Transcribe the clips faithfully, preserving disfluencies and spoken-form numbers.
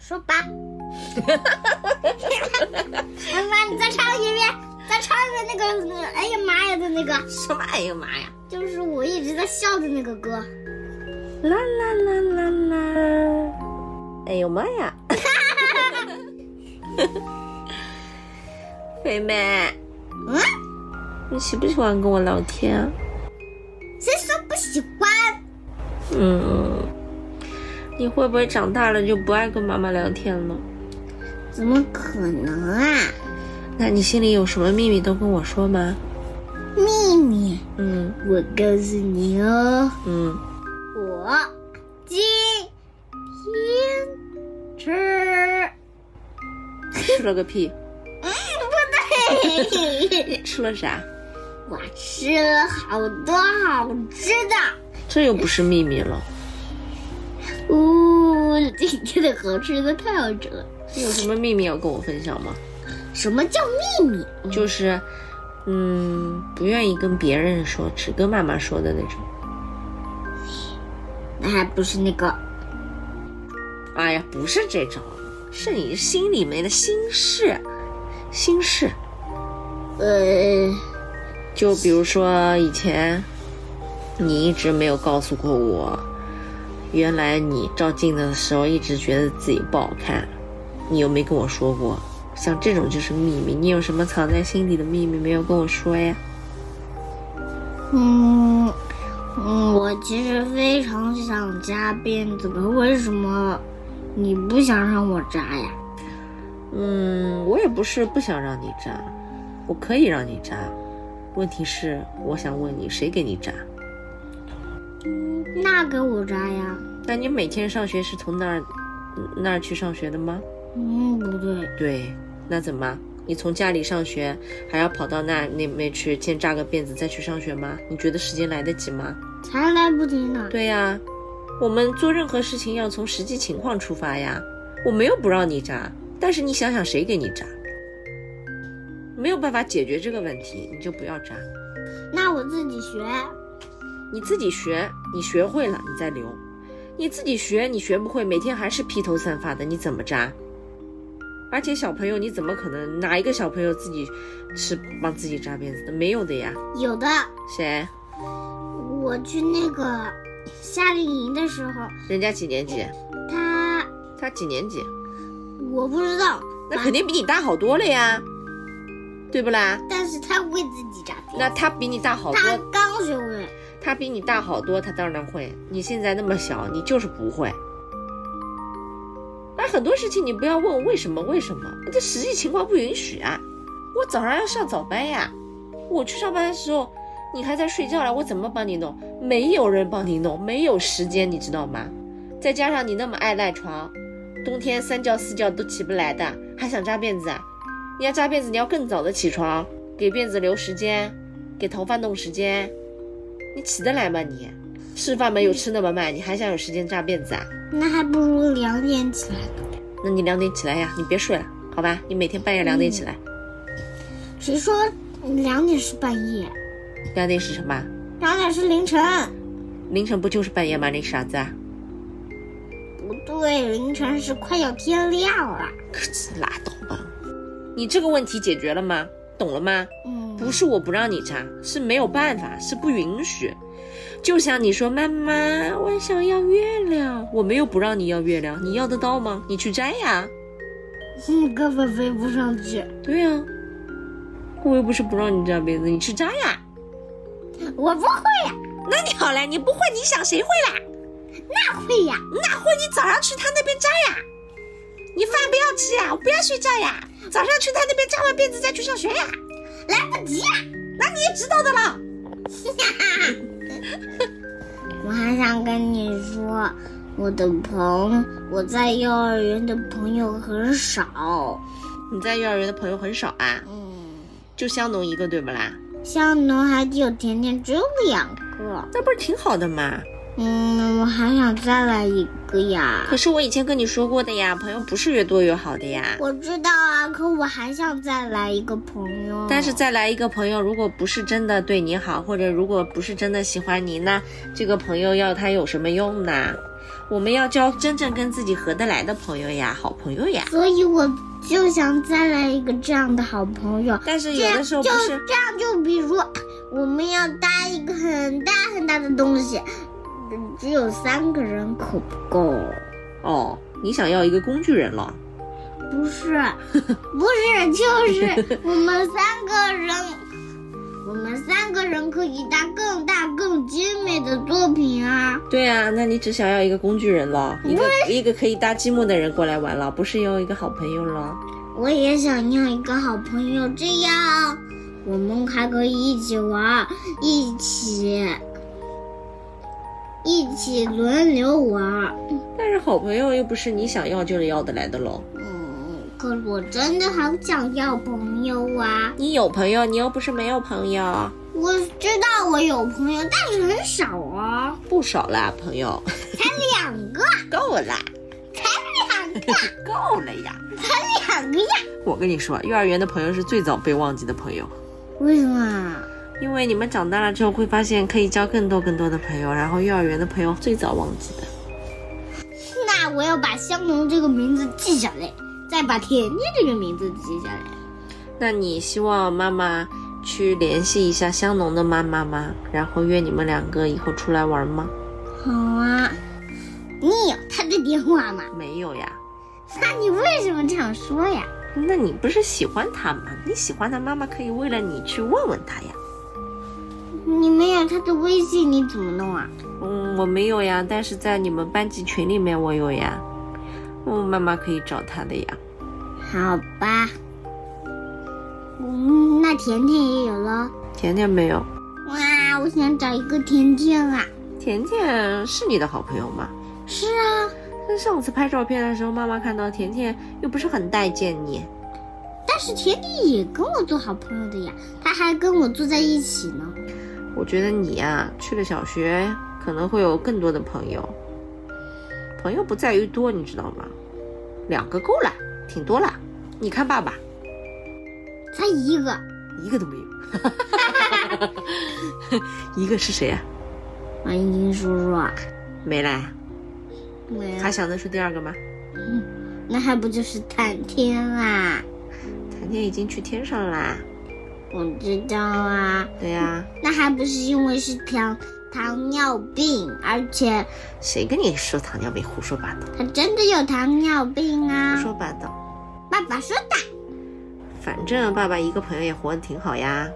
说吧。妈妈，你再唱一遍，再唱一遍那个哎呀妈呀的那个。 什么哎呀妈呀？ 就是我一直在笑的那个歌。 啦啦啦啦啦！哎呦妈呀！妹妹， 嗯， 你喜不喜欢跟我聊天？ 谁说不喜欢？ 嗯，你会不会长大了就不爱跟妈妈聊天了？ 怎么可能啊？ 那你心里有什么秘密都跟我说吗？ 秘密？ 嗯， 我告诉你哦。 嗯， 我今天吃吃了个屁！ 嗯，不对。 吃了啥？ 我吃了好多好吃的。 这又不是秘密了。 哦，今天的好吃的太好吃了。 你有什么秘密要跟我分享吗？ 什么叫秘密？ 就是嗯，不愿意跟别人说，只跟妈妈说的那种。 那还不是那个？ 哎呀，不是这种，是你心里面的心事，心事。 呃， 就比如说以前你一直没有告诉过我，原来你照镜子的时候一直觉得自己不好看，你又没跟我说过。像这种就是秘密，你有什么藏在心底的秘密没有跟我说呀？ 嗯嗯，我其实非常想扎辫子，可为什么你不想让我扎呀？ 嗯，我也不是不想让你扎，我可以让你扎，问题是我想问你，谁给你扎？ 嗯，那给我扎呀。 那你每天上学是从那儿那儿去上学的吗？ 嗯，不对。 对，那怎么？你从家里上学还要跑到那那边去先扎个辫子再去上学吗？你觉得时间来得及吗？ 才来不及呢。 对呀，我们做任何事情要从实际情况出发呀。我没有不让你扎，但是你想想谁给你扎？没有办法解决这个问题，你就不要扎。 那我自己学。 你自己学，你学会了你再留。你自己学，你学不会，每天还是披头散发的，你怎么扎？而且小朋友你怎么可能哪一个小朋友自己是帮自己扎辫子的？没有的呀。 有的。 谁？ 我去那个夏令营的时候。 人家几年级？ 他他几年级？ 我不知道。 那肯定比你大好多了呀，对不啦？ 但是他会自己扎辫子。 那他比你大好多。 他刚学会。 他比你大好多，他当然会。你现在那么小，你就是不会。那很多事情你不要问为什么为什么，这实际情况不允许啊。我早上要上早班呀，我去上班的时候你还在睡觉了，我怎么帮你弄？没有人帮你弄，没有时间，你知道吗？再加上你那么爱赖床，冬天三觉四觉都起不来的，还想扎辫子啊？你要扎辫子你要更早的起床，给辫子留时间，给头发弄时间，你起得来吗？你吃饭没有吃那么慢，你还想有时间扎辫子啊？ 那还不如两点起来。 那你两点起来呀，你别睡了好吧，你每天半夜两点起来。 嗯、谁说两点是半夜？ 两点是什么？ 两点是凌晨。 凌晨不就是半夜吗？你傻子啊？ 不对，凌晨是快要天亮了。 可是拉倒吧。你这个问题解决了吗？懂了吗？ 嗯， 不是我不让你扎，是没有办法，是不允许。就像你说妈妈我想要月亮，我没有不让你要月亮，你要得到吗？你去摘呀。 嗯，根本飞不上去。 对呀、啊，我又不是不让你扎辫子，你去扎呀。 我不会呀。 那你好了，你不会你想谁会啦？ 那会呀。 那会你早上去他那边扎呀。你饭不要吃呀，我不要睡觉呀，早上去他那边扎完辫子再去上学呀。 来不及呀。 那你也知道的了。 我还想跟你说，我的朋我在幼儿园的朋友很少。 你在幼儿园的朋友很少啊？ 嗯， 就香农一个对不啦？ 香农还有甜甜只有两个。 那不是挺好的吗？ 嗯，我还想再来一个呀。 可是我以前跟你说过的呀，朋友不是越多越好的呀。 我知道啊，可我还想再来一个朋友。 但是再来一个朋友，如果不是真的对你好，或者如果不是真的喜欢你，那这个朋友要他有什么用呢？ 我们要交真正跟自己合得来的朋友呀，好朋友呀。 所以我就想再来一个这样的好朋友。 但是有的时候不是这样就这样，就比如我们要搭一个很大很大的东西，只有三个人可不够。 哦，你想要一个工具人了？ 不是，不是，就是我们三个人，我们三个人可以搭更大、更精美的作品啊。 对啊，那你只想要一个工具人了，一个一个可以搭积木的人过来玩了，不是要一个好朋友了。 我也想要一个好朋友，这样我们还可以一起玩，一起一起轮流玩。 但是好朋友又不是你想要就要得来的喽。 嗯，可是我真的好想要朋友啊！ 你有朋友，你又不是没有朋友。 我知道我有朋友，但是很少啊。 不少啦，朋友。 才两个。 够了。 才两个。 够了呀。 才两个呀。 我跟你说，幼儿园的朋友是最早被忘记的朋友。 为什么？ 因为你们长大了之后会发现可以交更多更多的朋友，然后幼儿园的朋友最早忘记的。 那我要把香农这个名字记下来，再把甜甜这个名字记下来。 那你希望妈妈去联系一下香农的妈妈吗？然后约你们两个以后出来玩吗？ 好啊。你有他的电话吗？ 没有呀。 那你为什么这样说呀？ 那你不是喜欢他吗？你喜欢他，妈妈可以为了你去问问他呀。 你没有他的微信，你怎么弄啊？ 嗯，我没有呀，但是在你们班级群里面我有呀。嗯，妈妈可以找他的呀。 好吧。嗯，那甜甜也有了。 甜甜没有。 哇，我想找一个甜甜啊。 甜甜是你的好朋友吗？ 是啊。 但上次拍照片的时候，妈妈看到甜甜又不是很待见你。 但是甜甜也跟我做好朋友的呀，她还跟我坐在一起呢。 我觉得你呀，去了小学可能会有更多的朋友。朋友不在于多，你知道吗？两个够了，挺多了。你看爸爸， 才一个， 一个都没有。一个是谁啊？ 马英金叔叔啊。 没来。 没有。 还想得出第二个吗？ 嗯，那还不就是谈天啊？ 谈天已经去天上啦。 我知道啊。 对呀、啊。 那还不是因为是糖糖尿病，而且谁跟你说糖尿病？胡说八道。 他真的有糖尿病啊。 胡说八道。 爸爸说的。 反正爸爸一个朋友也活得挺好呀。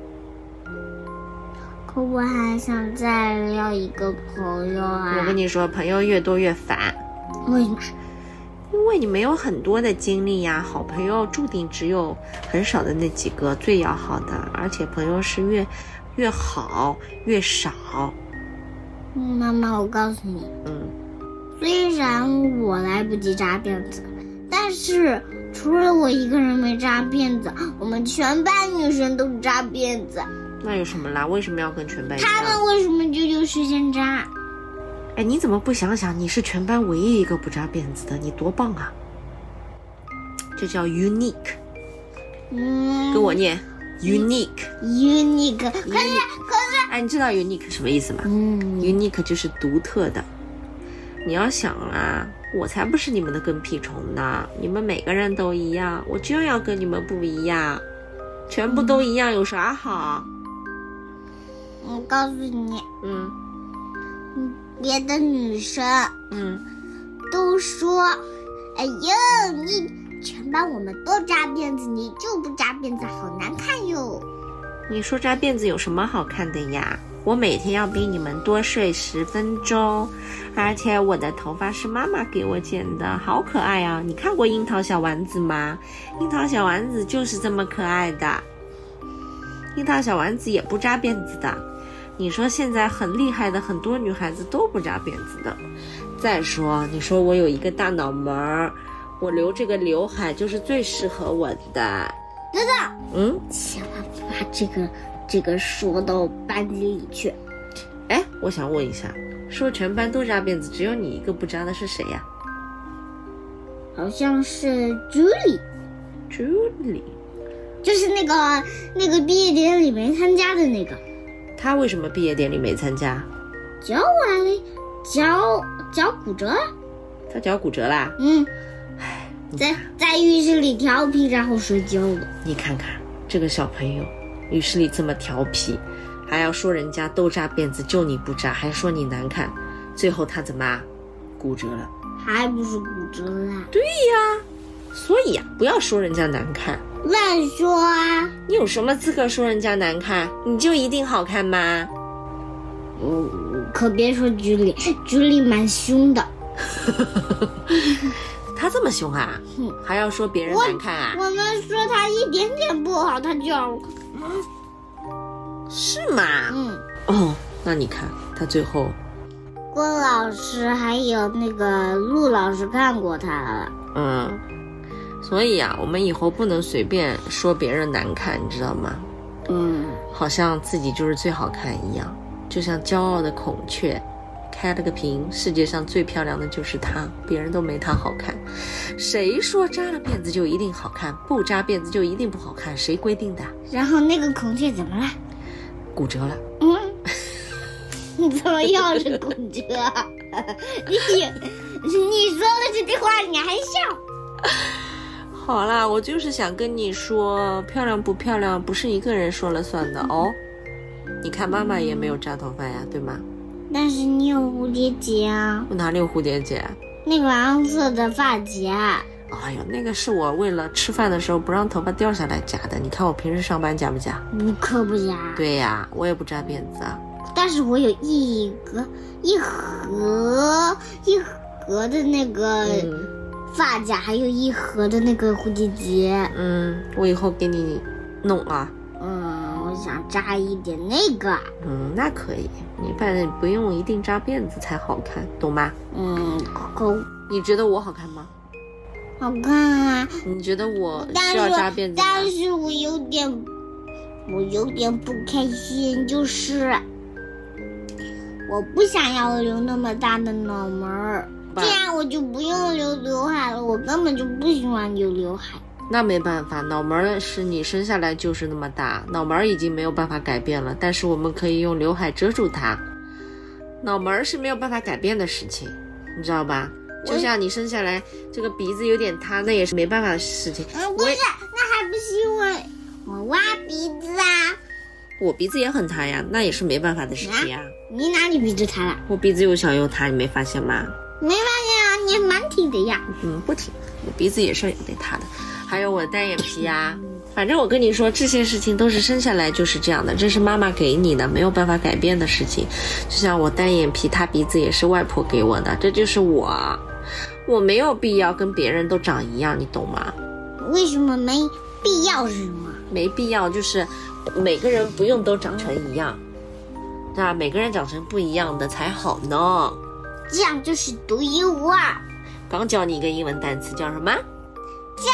可我还想再要一个朋友啊。 我跟你说，朋友越多越烦。 为什么？ 因为你没有很多的精力呀，好朋友注定只有很少的那几个最要好的，而且朋友是越越好越少。 嗯，妈妈，我告诉你， 嗯， 虽然我来不及扎辫子，但是除了我一个人没扎辫子，我们全班女生都扎辫子。 那有什么啦？为什么要跟全班一样？ 他们为什么就有时间扎？ 哎，你怎么不想想，你是全班唯一一个不扎辫子的，你多棒啊！这叫 unique。 嗯， 跟我念 unique。 unique。可是可是， 哎，你知道 unique 什么意思吗？ 嗯 ，unique 就是独特的。你要想啊，我才不是你们的跟屁虫呢，你们每个人都一样，我就要跟你们不一样，全部都一样有啥好？ 我告诉你， 嗯。 别的女生， 嗯， 都说，哎呀，你全班我们都扎辫子，你就不扎辫子，好难看哟。 你说扎辫子有什么好看的呀？我每天要比你们多睡十分钟，而且我的头发是妈妈给我剪的，好可爱啊！你看过樱桃小丸子吗？樱桃小丸子就是这么可爱的。樱桃小丸子也不扎辫子的。你说现在很厉害的很多女孩子都不扎辫子的。再说你说我有一个大脑门儿，我留这个刘海就是最适合我的。 等等， 嗯， 千万不把这个这个说到班级里去。 哎，我想问一下，说全班都扎辫子，只有你一个不扎的是谁呀？ 好像是 Julie。 Julie 就是那个那个毕业典礼没参加的那个。 他为什么毕业典礼没参加？ 叫我来了。 脚脚骨折了。 他脚骨折啦？ 嗯， 唉， 在在浴室里调皮，然后摔跤了。 你看看这个小朋友，浴室里这么调皮，还要说人家都扎辫子，就你不扎，还说你难看，最后他怎么啊？骨折了。 还不是骨折啦？ 对呀，所以啊，不要说人家难看。 乱说啊！ 你有什么资格说人家难看？你就一定好看吗？ 嗯，可别说居里，居里蛮凶的。 他这么凶啊？还要说别人难看啊？ 我, 我们说他一点点不好，他就要…… 是吗？ 嗯。 哦，那你看他最后， 郭老师还有那个陆老师看过他了。 嗯，所以啊，我们以后不能随便说别人难看，你知道吗？ 嗯， 好像自己就是最好看一样，就像骄傲的孔雀。开了个屏，世界上最漂亮的就是她，别人都没她好看。谁说扎了辫子就一定好看，不扎辫子就一定不好看？谁规定的？ 然后那个孔雀怎么了？ 骨折了。 嗯，你怎么又是骨折？你你说了这句话你还笑？ 好啦，我就是想跟你说，漂亮不漂亮不是一个人说了算的哦。你看妈妈也没有扎头发呀，对吗？ 但是你有蝴蝶结啊。 我哪里有蝴蝶结？ 那个蓝色的发夹。 哎呦，那个是我为了吃饭的时候不让头发掉下来夹的。你看我平时上班夹不夹？ 不可不夹。 对呀，我也不扎辫子啊。 但是我有一个一盒一盒的那个发夹，嗯、还有一盒的那个蝴蝶结。 嗯，我以后给你弄啊。 嗯，我想扎一点那个。 嗯，那可以，你反正不用一定扎辫子才好看，懂吗？ 嗯，可你觉得我好看吗？ 好看啊。 你觉得我需要扎辫子吗？ 但是我有点，我有点不开心，就是我不想要留那么大的脑门儿，这样我就不用留刘海了。我根本就不喜欢留刘海。 那没办法，脑门是你生下来就是那么大，脑门已经没有办法改变了，但是我们可以用刘海遮住它。脑门是没有办法改变的事情，你知道吧？就像你生下来这个鼻子有点塌，那也是没办法的事情。 嗯，不是，那还不是因为我挖鼻子啊？ 我鼻子也很塌呀，那也是没办法的事情呀。 啊、你哪里鼻子塌了？ 我鼻子又小又塌，你没发现吗？ 没发现啊，你蛮挺的呀。 嗯，不挺，我鼻子也是有点塌的。还有我的单眼皮啊，反正我跟你说，这些事情都是生下来就是这样的，这是妈妈给你的，没有办法改变的事情。就像我单眼皮塌鼻子也是外婆给我的，这就是我，我没有必要跟别人都长一样，你懂吗？ 为什么没必要是吗？ 没必要，就是每个人不用都长成一样，对吧？每个人长成不一样的才好呢， 这样就是独一无二。 刚教你一个英文单词，叫什么？ 叫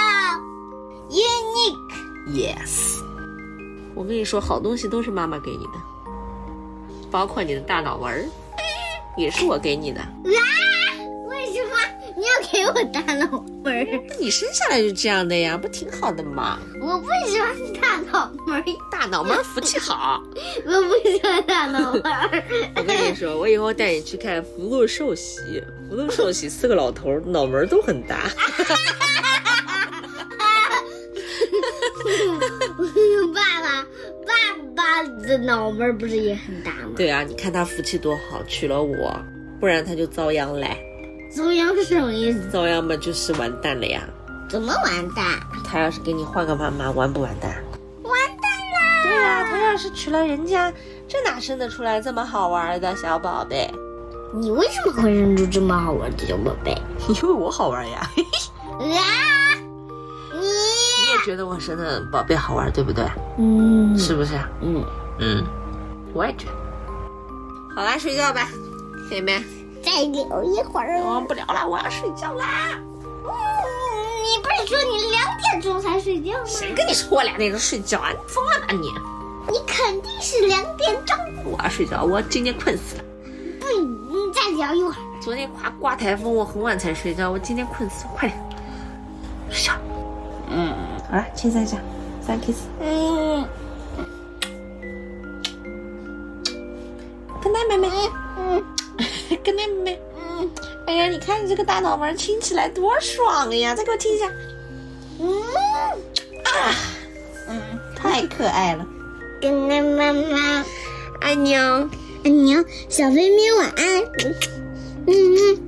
unique。 Yes。 我跟你说，好东西都是妈妈给你的，包括你的大脑门也是我给你的。 啊，为什么你要给我大脑门？ 你生下来就这样的呀，不挺好的吗？ 我不喜欢大脑门。 大脑门福气好。 我不喜欢大脑门。 我跟你说，我以后带你去看福禄寿喜，福禄寿喜四个老头脑门都很大。 爸爸爸爸的脑门不是也很大吗？ 对啊，你看他福气多好，娶了我，不然他就遭殃嘞。 遭殃是什么意思？ 遭殃嘛，就是完蛋了呀。 怎么完蛋？ 他要是给你换个妈妈，完不完蛋？ 完蛋啦！ 对啊，他要是娶了人家，这哪生得出来这么好玩的小宝贝？ 你为什么会生出这么好玩的小宝贝？ 因为我好玩呀。 啊！你你也觉得我生的宝贝好玩，对不对？ 嗯， 是不是？ 嗯嗯，我也觉得。好啦，睡觉吧，妹妹。 再聊一会儿。 我不聊了，我要睡觉啦。 嗯，你不是说你两点钟才睡觉吗？ 谁跟你说我两点钟睡觉啊？你疯了吧你？ 你肯定是两点钟。 我要睡觉，我今天困死了。 不，你再聊一会儿。 昨天刮刮台风，我很晚才睡觉，我今天困死了，快点睡觉。嗯，好了，亲三下，三 kiss。 嗯。 good night，妹妹。 嗯。 跟妹妹。 嗯， 哎呀，你看你这个大脑门亲起来多爽呀！再给我亲一下。 嗯啊， 嗯， 太可爱了。 跟跟妈妈， 爱你哦。 安妮，小飞喵晚安。嗯嗯。